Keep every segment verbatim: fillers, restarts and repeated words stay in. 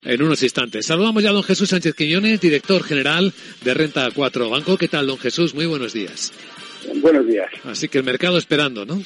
En unos instantes. Saludamos ya a don Jesús Sánchez Quiñones, director general de Renta cuatro Banco. ¿Qué tal, don Jesús? Muy buenos días. Buenos días. Así que el mercado esperando, ¿no?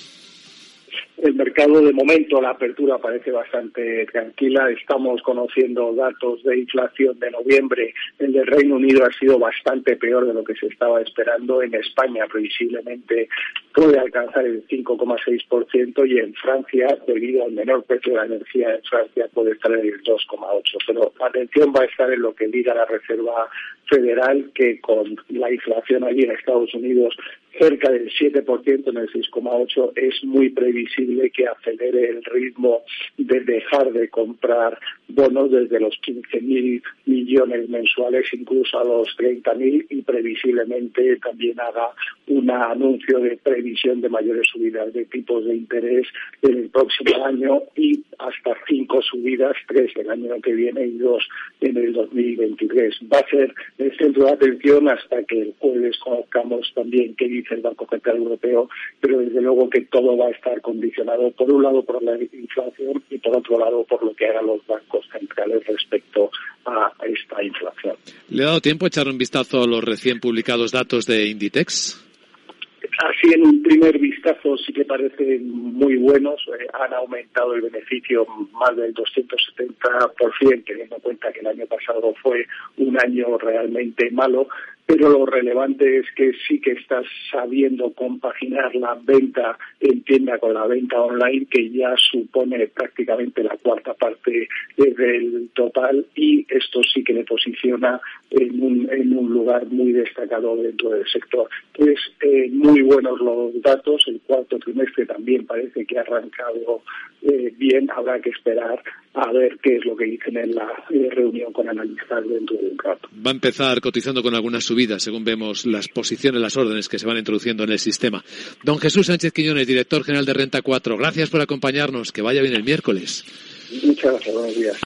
El mercado, de momento, la apertura parece bastante tranquila. Estamos conociendo datos de inflación de noviembre. El del Reino Unido ha sido bastante peor de lo que se estaba esperando. En España, previsiblemente, puede alcanzar el cinco coma seis por ciento y en Francia, debido al menor precio de la energía en Francia, puede estar en el dos coma ocho por ciento. Pero la atención va a estar en lo que diga la Reserva Federal, que con la inflación allí en Estados Unidos cerca del siete por ciento, en el seis coma ocho por ciento, es muy previsible que acelere el ritmo de dejar de comprar bonos desde los quince mil millones mensuales incluso a los treinta mil, y previsiblemente también haga un anuncio de previsión de mayores subidas de tipos de interés en el próximo año y hasta cinco subidas, tres el año que viene y dos en el dos mil veintitrés. Va a ser el centro de atención hasta que el jueves conozcamos también qué dice el Banco Central Europeo, pero desde luego que todo va a estar condicionado por un lado por la inflación y por otro lado por lo que hagan los bancos centrales respecto a esta inflación. ¿Le ha dado tiempo a echar un vistazo a los recién publicados datos de Inditex? Así, en un primer vistazo, sí que parecen muy buenos. Eh, han aumentado el beneficio más del doscientos setenta por ciento, teniendo en cuenta que el año pasado fue un año realmente malo. Pero lo relevante es que sí que estás sabiendo compaginar la venta en tienda con la venta online, que ya supone prácticamente la cuarta parte del total, y esto sí que le posiciona en un, en un lugar muy destacado dentro del sector. Pues eh, muy buenos los datos. El cuarto trimestre también parece que ha arrancado eh, bien. Habrá que esperar a ver qué es lo que dicen en la eh, reunión con analistas dentro de un rato. Va a empezar cotizando con algunas subidas, según vemos las posiciones, las órdenes que se van introduciendo en el sistema. Don Jesús Sánchez Quiñones, director general de Renta cuatro, gracias por acompañarnos. Que vaya bien el miércoles. Muchas gracias, buenos días.